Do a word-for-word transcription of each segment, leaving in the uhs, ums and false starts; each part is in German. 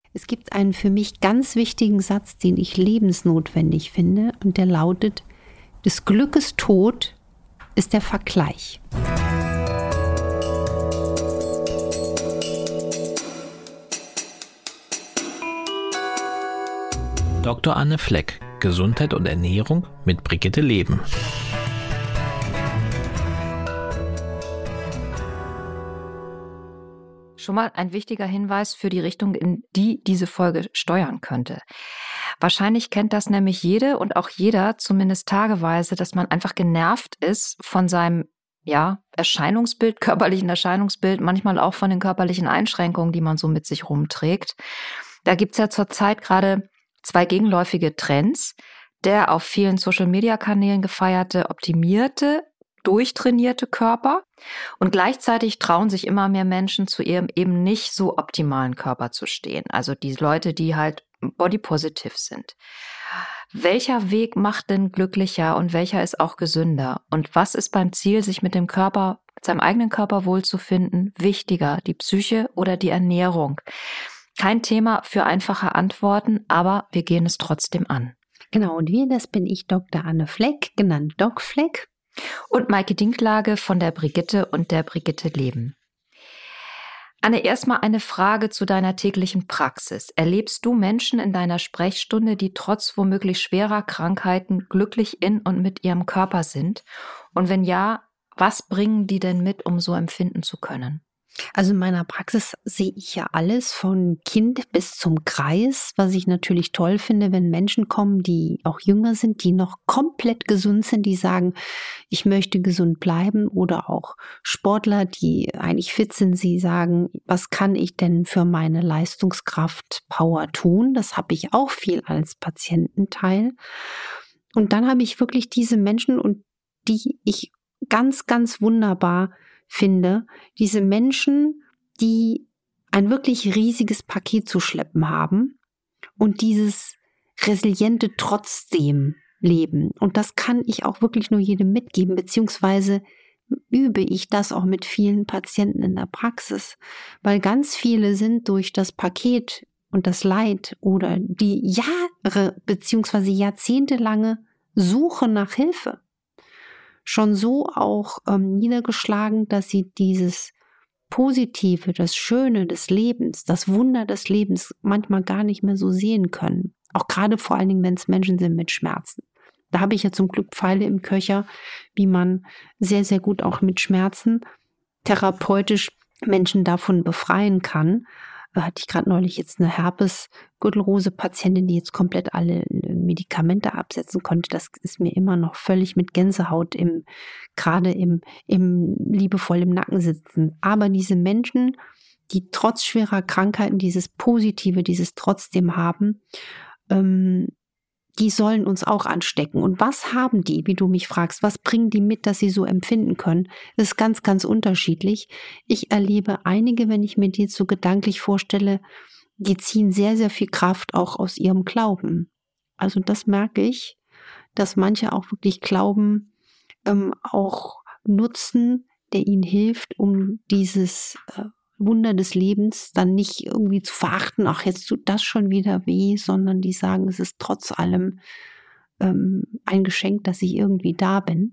Es gibt einen für mich ganz wichtigen Satz, den ich lebensnotwendig finde, und der lautet: Des Glückes Tod ist der Vergleich. Doktor Anne Fleck, Gesundheit und Ernährung mit Brigitte Leben. Schon mal ein wichtiger Hinweis für die Richtung, in die diese Folge steuern könnte. Wahrscheinlich kennt das nämlich jede und auch jeder, zumindest tageweise, dass man einfach genervt ist von seinem ja, Erscheinungsbild, körperlichen Erscheinungsbild, manchmal auch von den körperlichen Einschränkungen, die man so mit sich rumträgt. Da gibt's ja zurzeit gerade zwei gegenläufige Trends. Der auf vielen Social-Media-Kanälen gefeierte, optimierte, durchtrainierte Körper, und gleichzeitig trauen sich immer mehr Menschen zu ihrem eben nicht so optimalen Körper zu stehen. Also die Leute, die halt body-positive sind. Welcher Weg macht denn glücklicher und welcher ist auch gesünder? Und was ist beim Ziel, sich mit dem Körper, mit seinem eigenen Körper wohlzufinden, wichtiger, die Psyche oder die Ernährung? Kein Thema für einfache Antworten, aber wir gehen es trotzdem an. Genau, und wir, das bin ich, Doktor Anne Fleck, genannt Doc Fleck. Und Maike Dinklage von der Brigitte und der Brigitte Leben. Anne, erstmal eine Frage zu deiner täglichen Praxis. Erlebst du Menschen in deiner Sprechstunde, die trotz womöglich schwerer Krankheiten glücklich in und mit ihrem Körper sind? Und wenn ja, was bringen die denn mit, um so empfinden zu können? Also in meiner Praxis sehe ich ja alles von Kind bis zum Kreis, was ich natürlich toll finde, wenn Menschen kommen, die auch jünger sind, die noch komplett gesund sind, die sagen, ich möchte gesund bleiben, oder auch Sportler, die eigentlich fit sind, sie sagen, was kann ich denn für meine Leistungskraft, Power tun? Das habe ich auch viel als Patiententeil. Und dann habe ich wirklich diese Menschen, und die ich ganz, ganz wunderbar finde, diese Menschen, die ein wirklich riesiges Paket zu schleppen haben und dieses resiliente trotzdem leben. Und das kann ich auch wirklich nur jedem mitgeben, beziehungsweise übe ich das auch mit vielen Patienten in der Praxis, weil ganz viele sind durch das Paket und das Leid oder die Jahre beziehungsweise jahrzehntelange Suche nach Hilfe schon so auch ähm, niedergeschlagen, dass sie dieses Positive, das Schöne des Lebens, das Wunder des Lebens manchmal gar nicht mehr so sehen können. Auch gerade vor allen Dingen, wenn es Menschen sind mit Schmerzen. Da habe ich ja zum Glück Pfeile im Köcher, wie man sehr, sehr gut auch mit Schmerzen therapeutisch Menschen davon befreien kann. Da hatte ich gerade neulich jetzt eine Herpes-Gürtelrose-Patientin, die jetzt komplett alle Medikamente absetzen konnte. Das ist mir immer noch völlig mit Gänsehaut im, gerade im, im liebevoll im Nacken sitzen. Aber diese Menschen, die trotz schwerer Krankheiten dieses Positive, dieses Trotzdem haben, ähm, die sollen uns auch anstecken. Und was haben die, wie du mich fragst, was bringen die mit, dass sie so empfinden können? Das ist ganz, ganz unterschiedlich. Ich erlebe einige, wenn ich mir die so gedanklich vorstelle, die ziehen sehr, sehr viel Kraft auch aus ihrem Glauben. Also das merke ich, dass manche auch wirklich Glauben ähm, auch nutzen, der ihnen hilft, um dieses äh, Wunder des Lebens dann nicht irgendwie zu verachten, ach, jetzt tut das schon wieder weh, sondern die sagen, es ist trotz allem ähm, ein Geschenk, dass ich irgendwie da bin.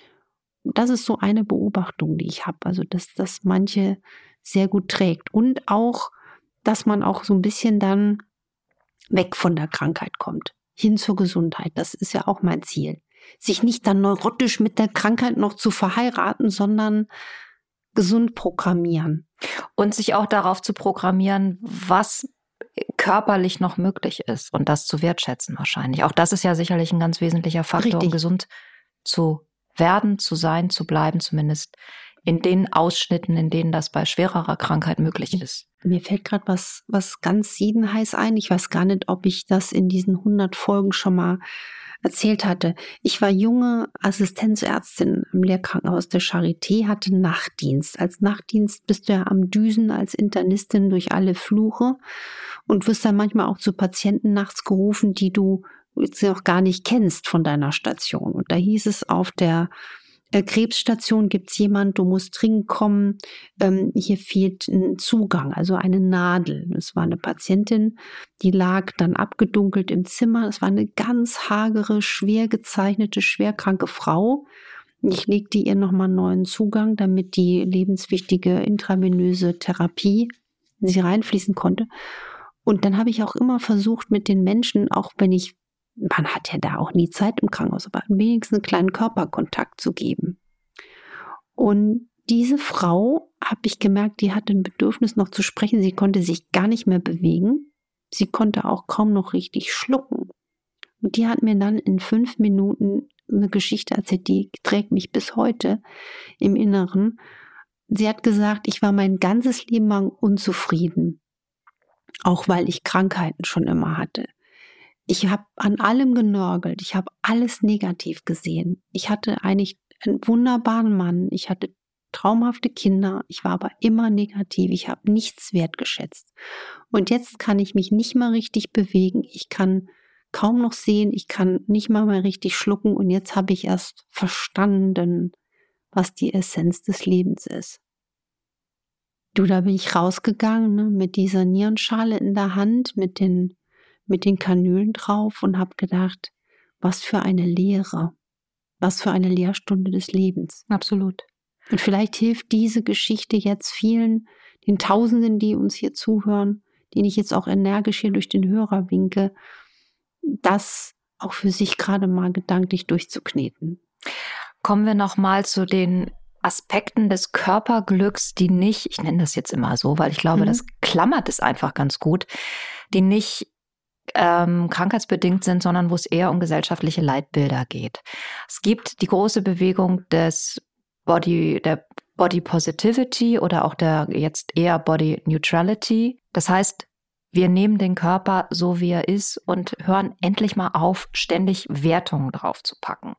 Das ist so eine Beobachtung, die ich habe, also dass das manche sehr gut trägt, und auch, dass man auch so ein bisschen dann weg von der Krankheit kommt, hin zur Gesundheit. Das ist ja auch mein Ziel. Sich nicht dann neurotisch mit der Krankheit noch zu verheiraten, sondern gesund programmieren. Und sich auch darauf zu programmieren, was körperlich noch möglich ist, und das zu wertschätzen wahrscheinlich. Auch das ist ja sicherlich ein ganz wesentlicher Faktor, Richtig. Um gesund zu werden, zu sein, zu bleiben, zumindest in den Ausschnitten, in denen das bei schwererer Krankheit möglich ist. Mir fällt gerade was, was ganz siedenheiß ein. Ich weiß gar nicht, ob ich das in diesen hundert Folgen schon mal erzählt hatte. Ich war junge Assistenzärztin im Lehrkrankenhaus der Charité, hatte Nachtdienst. Als Nachtdienst bist du ja am Düsen als Internistin durch alle Flure und wirst dann manchmal auch zu Patienten nachts gerufen, die du jetzt noch gar nicht kennst von deiner Station. Und da hieß es auf der äh, Krebsstation, gibt's jemand, du musst dringend kommen, ähm, hier fehlt ein Zugang, also eine Nadel. Es war eine Patientin, die lag dann abgedunkelt im Zimmer. Es war eine ganz hagere, schwer gezeichnete, schwerkranke Frau. Ich legte ihr nochmal einen neuen Zugang, damit die lebenswichtige intravenöse Therapie in sie reinfließen konnte. Und dann habe ich auch immer versucht, mit den Menschen, auch wenn ich, man hat ja da auch nie Zeit im Krankenhaus, aber wenigstens einen kleinen Körperkontakt zu geben. Und diese Frau, habe ich gemerkt, die hatte ein Bedürfnis noch zu sprechen. Sie konnte sich gar nicht mehr bewegen. Sie konnte auch kaum noch richtig schlucken. Und die hat mir dann in fünf Minuten eine Geschichte erzählt, die trägt mich bis heute im Inneren. Sie hat gesagt, ich war mein ganzes Leben lang unzufrieden. Auch weil ich Krankheiten schon immer hatte. Ich habe an allem genörgelt. Ich habe alles negativ gesehen. Ich hatte eigentlich einen wunderbaren Mann. Ich hatte traumhafte Kinder. Ich war aber immer negativ. Ich habe nichts wertgeschätzt. Und jetzt kann ich mich nicht mal richtig bewegen. Ich kann kaum noch sehen. Ich kann nicht mal mehr richtig schlucken. Und jetzt habe ich erst verstanden, was die Essenz des Lebens ist. Du, da bin ich rausgegangen, ne, mit dieser Nierenschale in der Hand, mit den, mit den Kanülen drauf und habe gedacht, was für eine Lehre, was für eine Lehrstunde des Lebens. Absolut. Und vielleicht hilft diese Geschichte jetzt vielen, den Tausenden, die uns hier zuhören, denen ich jetzt auch energisch hier durch den Hörer winke, das auch für sich gerade mal gedanklich durchzukneten. Kommen wir nochmal zu den Aspekten des Körperglücks, die nicht, ich nenne das jetzt immer so, weil ich glaube, mhm. das klammert es einfach ganz gut, die nicht ähm, krankheitsbedingt sind, sondern wo es eher um gesellschaftliche Leitbilder geht. Es gibt die große Bewegung des Body, der Body Positivity oder auch der jetzt eher Body Neutrality. Das heißt, wir nehmen den Körper so, wie er ist und hören endlich mal auf, ständig Wertungen drauf zu packen.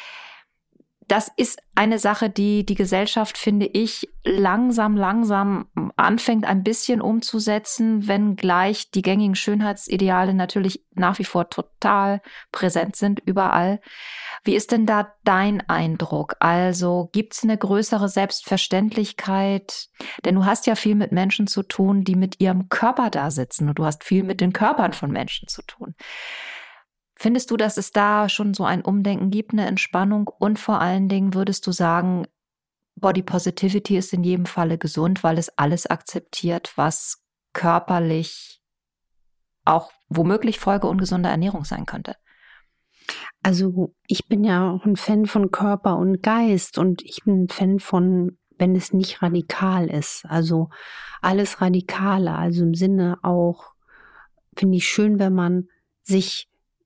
Das ist eine Sache, die die Gesellschaft, finde ich, langsam, langsam anfängt ein bisschen umzusetzen, wenngleich die gängigen Schönheitsideale natürlich nach wie vor total präsent sind, überall. Wie ist denn da dein Eindruck? Also gibt es eine größere Selbstverständlichkeit? Denn du hast ja viel mit Menschen zu tun, die mit ihrem Körper da sitzen und du hast viel mit den Körpern von Menschen zu tun. Findest du, dass es da schon so ein Umdenken gibt, eine Entspannung? Und vor allen Dingen würdest du sagen, Body Positivity ist in jedem Falle gesund, weil es alles akzeptiert, was körperlich auch womöglich Folge ungesunder Ernährung sein könnte? Also ich bin ja auch ein Fan von Körper und Geist und ich bin ein Fan von, wenn es nicht radikal ist. Also alles Radikale, also im Sinne auch, finde ich schön, wenn man sich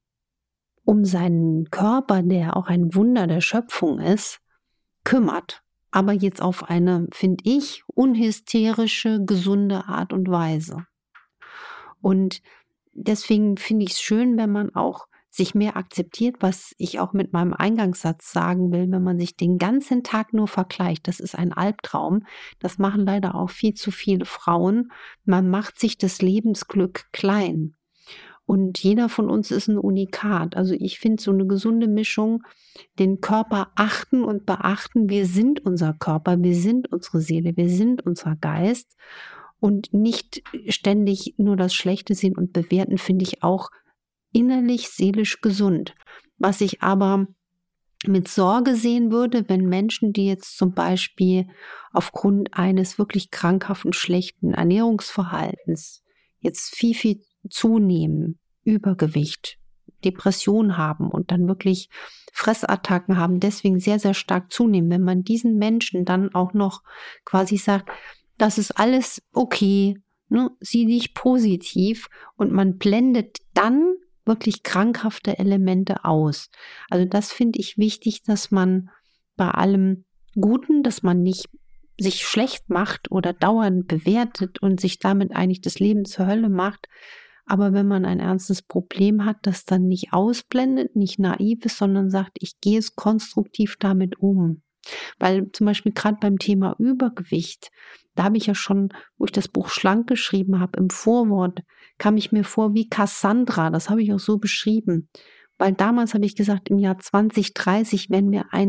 um seinen Körper, der auch ein Wunder der Schöpfung ist, kümmert. Aber jetzt auf eine, finde ich, unhysterische, gesunde Art und Weise. Und deswegen finde ich es schön, wenn man auch sich mehr akzeptiert, was ich auch mit meinem Eingangssatz sagen will, wenn man sich den ganzen Tag nur vergleicht. Das ist ein Albtraum. Das machen leider auch viel zu viele Frauen. Man macht sich das Lebensglück klein. Und jeder von uns ist ein Unikat. Also ich finde so eine gesunde Mischung, den Körper achten und beachten. Wir sind unser Körper, wir sind unsere Seele, wir sind unser Geist. Und nicht ständig nur das Schlechte sehen und bewerten, finde ich auch innerlich, seelisch gesund. Was ich aber mit Sorge sehen würde, wenn Menschen, die jetzt zum Beispiel aufgrund eines wirklich krankhaften, schlechten Ernährungsverhaltens jetzt viel, viel zunehmen, Übergewicht, Depression haben und dann wirklich Fressattacken haben, deswegen sehr, sehr stark zunehmen. Wenn man diesen Menschen dann auch noch quasi sagt, das ist alles okay, ne, sieh dich positiv und man blendet dann wirklich krankhafte Elemente aus. Also das finde ich wichtig, dass man bei allem Guten, dass man nicht sich schlecht macht oder dauernd bewertet und sich damit eigentlich das Leben zur Hölle macht. Aber wenn man ein ernstes Problem hat, das dann nicht ausblendet, nicht naiv ist, sondern sagt, ich gehe es konstruktiv damit um. Weil zum Beispiel gerade beim Thema Übergewicht, da habe ich ja schon, wo ich das Buch Schlank geschrieben habe, im Vorwort, kam ich mir vor wie Cassandra, das habe ich auch so beschrieben. Weil damals habe ich gesagt, im Jahr zwanzig dreißig, wenn mir eine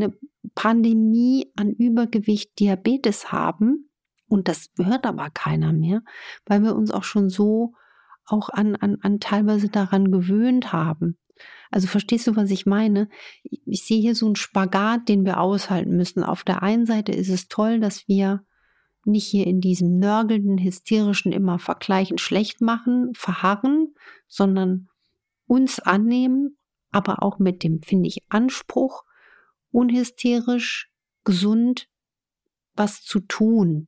Pandemie an Übergewicht, Diabetes haben. Und das hört aber keiner mehr, weil wir uns auch schon so auch an, an, an teilweise daran gewöhnt haben. Also verstehst du, was ich meine? Ich, ich sehe hier so einen Spagat, den wir aushalten müssen. Auf der einen Seite ist es toll, dass wir nicht hier in diesem nörgelnden, hysterischen, immer vergleichen, schlecht machen, verharren, sondern uns annehmen, aber auch mit dem, finde ich, Anspruch, unhysterisch, gesund was zu tun,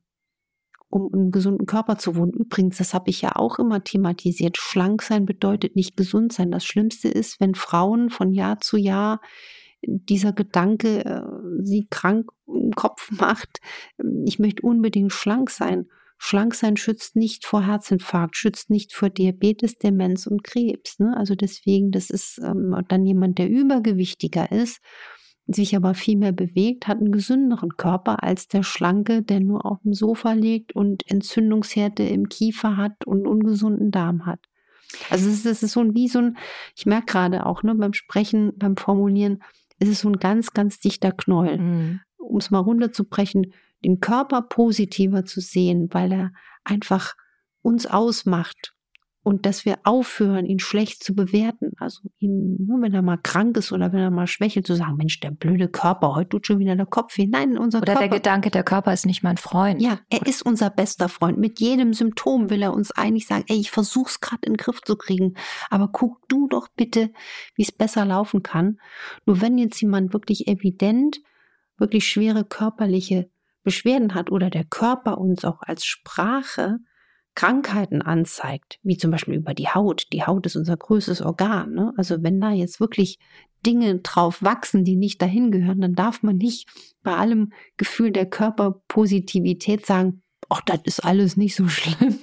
um einen gesunden Körper zu wohnen. Übrigens, das habe ich ja auch immer thematisiert. Schlank sein bedeutet nicht gesund sein. Das Schlimmste ist, wenn Frauen von Jahr zu Jahr dieser Gedanke äh, sie krank im Kopf macht. Ich möchte unbedingt schlank sein. Schlank sein schützt nicht vor Herzinfarkt, schützt nicht vor Diabetes, Demenz und Krebs. Ne? Also deswegen, das ist ähm, dann jemand, der übergewichtiger ist, sich aber viel mehr bewegt, hat einen gesünderen Körper als der Schlanke, der nur auf dem Sofa liegt und Entzündungsherde im Kiefer hat und ungesunden Darm hat. Also es ist, es ist so ein, wie so ein, ich merke gerade auch ne, beim Sprechen, beim Formulieren, es ist so ein ganz, ganz dichter Knäuel. Mhm. Um es mal runterzubrechen, den Körper positiver zu sehen, weil er einfach uns ausmacht. Und dass wir aufhören, ihn schlecht zu bewerten. Also ihn, nur wenn er mal krank ist oder wenn er mal schwächelt, zu sagen, Mensch, der blöde Körper, heute tut schon wieder der Kopf weh. Nein, unser Oder Körper. Oder der Gedanke, der Körper ist nicht mein Freund. Ja, er ist unser bester Freund. Mit jedem Symptom will er uns eigentlich sagen, ey, ich versuch's gerade in den Griff zu kriegen, aber guck du doch bitte, wie es besser laufen kann. Nur wenn jetzt jemand wirklich evident, wirklich schwere körperliche Beschwerden hat oder der Körper uns auch als Sprache Krankheiten anzeigt, wie zum Beispiel über die Haut. Die Haut ist unser größtes Organ. Ne? Also wenn da jetzt wirklich Dinge drauf wachsen, die nicht dahin gehören, dann darf man nicht bei allem Gefühl der Körperpositivität sagen, ach, das ist alles nicht so schlimm.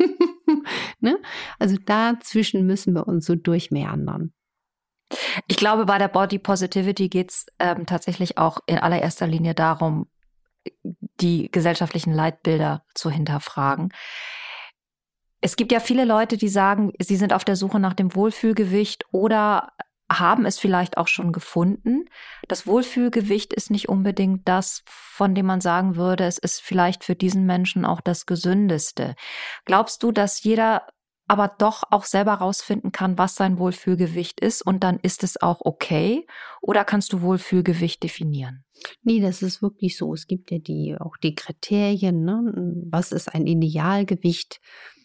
Ne? Also dazwischen müssen wir uns so durchmeandern. Ich glaube, bei der Body Positivity geht es ähm, tatsächlich auch in allererster Linie darum, die gesellschaftlichen Leitbilder zu hinterfragen. Es gibt ja viele Leute, die sagen, sie sind auf der Suche nach dem Wohlfühlgewicht oder haben es vielleicht auch schon gefunden. Das Wohlfühlgewicht ist nicht unbedingt das, von dem man sagen würde, es ist vielleicht für diesen Menschen auch das Gesündeste. Glaubst du, dass jeder aber doch auch selber rausfinden kann, was sein Wohlfühlgewicht ist und dann ist es auch okay? Oder kannst du Wohlfühlgewicht definieren? Nee, das ist wirklich so. Es gibt ja die auch die Kriterien, ne? Was ist ein Idealgewicht?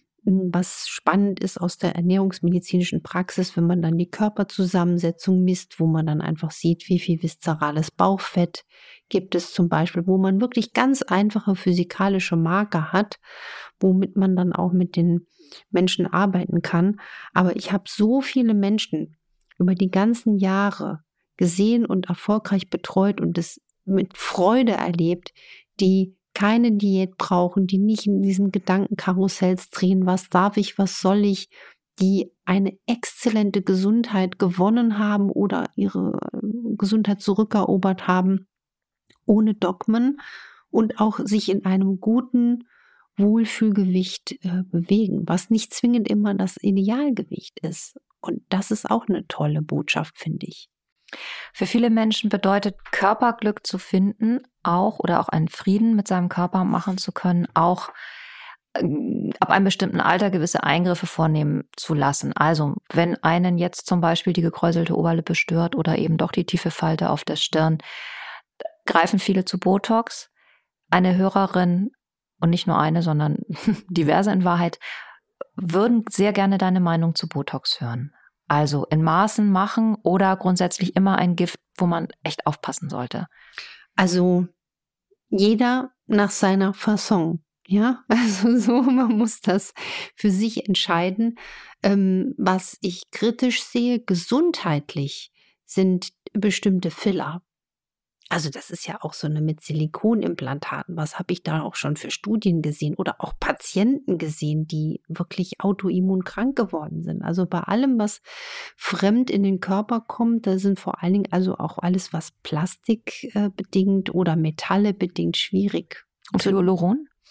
Was spannend ist aus der ernährungsmedizinischen Praxis, wenn man dann die Körperzusammensetzung misst, wo man dann einfach sieht, wie viel viszerales Bauchfett gibt es zum Beispiel, wo man wirklich ganz einfache physikalische Marker hat, womit man dann auch mit den Menschen arbeiten kann. Aber ich habe so viele Menschen über die ganzen Jahre gesehen und erfolgreich betreut und es mit Freude erlebt, die keine Diät brauchen, die nicht in diesen Gedankenkarussells drehen, was darf ich, was soll ich, die eine exzellente Gesundheit gewonnen haben oder ihre Gesundheit zurückerobert haben, ohne Dogmen und auch sich in einem guten Wohlfühlgewicht äh, bewegen, was nicht zwingend immer das Idealgewicht ist. Und das ist auch eine tolle Botschaft, finde ich. Für viele Menschen bedeutet Körperglück zu finden, auch oder auch einen Frieden mit seinem Körper machen zu können, auch äh, ab einem bestimmten Alter gewisse Eingriffe vornehmen zu lassen. Also wenn einen jetzt zum Beispiel die gekräuselte Oberlippe stört oder eben doch die tiefe Falte auf der Stirn, greifen viele zu Botox. Eine Hörerin, und nicht nur eine, sondern diverse in Wahrheit, würden sehr gerne deine Meinung zu Botox hören. Also in Maßen machen oder grundsätzlich immer ein Gift, wo man echt aufpassen sollte? Also jeder nach seiner Fasson. Ja, also so, man muss das für sich entscheiden. Ähm, was ich kritisch sehe, gesundheitlich, sind bestimmte Filler. Also das ist ja auch so eine mit Silikonimplantaten. Was habe ich da auch schon für Studien gesehen oder auch Patienten gesehen, die wirklich autoimmunkrank geworden sind. Also bei allem, was fremd in den Körper kommt, da sind vor allen Dingen also auch alles, was Plastik äh, bedingt oder Metalle bedingt, schwierig. Und Hyaluron?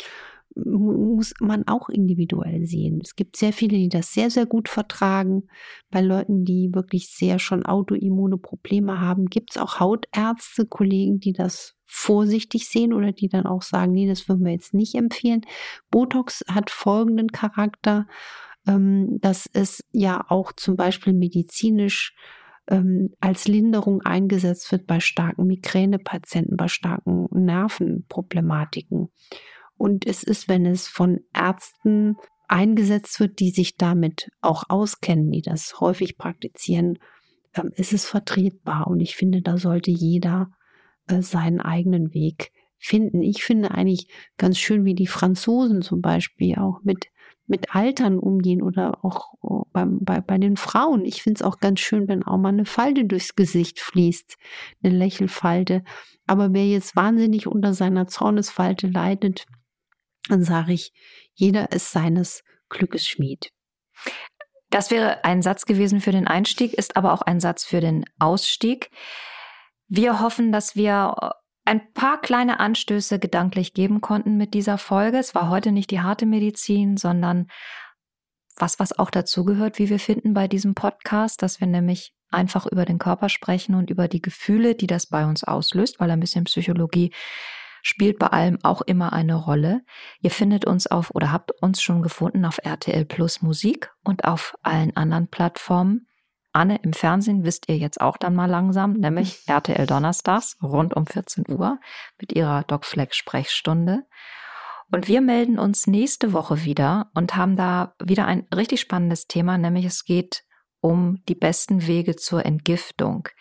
muss man auch individuell sehen. Es gibt sehr viele, die das sehr, sehr gut vertragen. Bei Leuten, die wirklich sehr schon autoimmune Probleme haben, gibt es auch Hautärzte, Kollegen, die das vorsichtig sehen oder die dann auch sagen, nee, das würden wir jetzt nicht empfehlen. Botox hat folgenden Charakter, ähm, dass es ja auch zum Beispiel medizinisch ähm, als Linderung eingesetzt wird bei starken Migränepatienten, bei starken Nervenproblematiken. Und es ist, wenn es von Ärzten eingesetzt wird, die sich damit auch auskennen, die das häufig praktizieren, ähm, ist es vertretbar. Und ich finde, da sollte jeder äh, seinen eigenen Weg finden. Ich finde eigentlich ganz schön, wie die Franzosen zum Beispiel auch mit, mit Altern umgehen oder auch beim, bei, bei den Frauen. Ich finde es auch ganz schön, wenn auch mal eine Falte durchs Gesicht fließt, eine Lächelfalte. Aber wer jetzt wahnsinnig unter seiner Zornesfalte leidet, dann sage ich, jeder ist seines Glückes Schmied. Das wäre ein Satz gewesen für den Einstieg, ist aber auch ein Satz für den Ausstieg. Wir hoffen, dass wir ein paar kleine Anstöße gedanklich geben konnten mit dieser Folge. Es war heute nicht die harte Medizin, sondern was, was auch dazugehört, wie wir finden bei diesem Podcast, dass wir nämlich einfach über den Körper sprechen und über die Gefühle, die das bei uns auslöst, weil ein bisschen Psychologie spielt bei allem auch immer eine Rolle. Ihr findet uns auf oder habt uns schon gefunden auf R T L Plus Musik und auf allen anderen Plattformen. Anne, im Fernsehen wisst ihr jetzt auch dann mal langsam, nämlich R T L Donnerstags rund um vierzehn Uhr mit ihrer Doc Fleck Sprechstunde. Und wir melden uns nächste Woche wieder und haben da wieder ein richtig spannendes Thema, nämlich es geht um die besten Wege zur Entgiftung.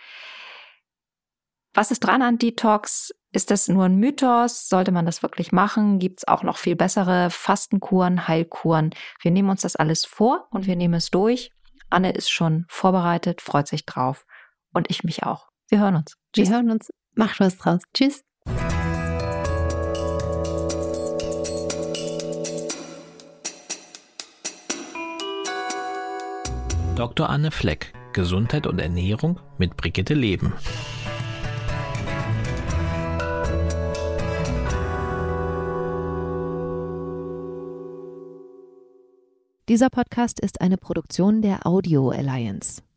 Was ist dran an Detox? Ist das nur ein Mythos? Sollte man das wirklich machen? Gibt es auch noch viel bessere Fastenkuren, Heilkuren? Wir nehmen uns das alles vor und wir nehmen es durch. Anne ist schon vorbereitet, freut sich drauf und ich mich auch. Wir hören uns. Tschüss. Wir hören uns. Macht was draus. Tschüss. Doktor Anne Fleck, Gesundheit und Ernährung mit Brigitte Leben. Dieser Podcast ist eine Produktion der Audio Alliance.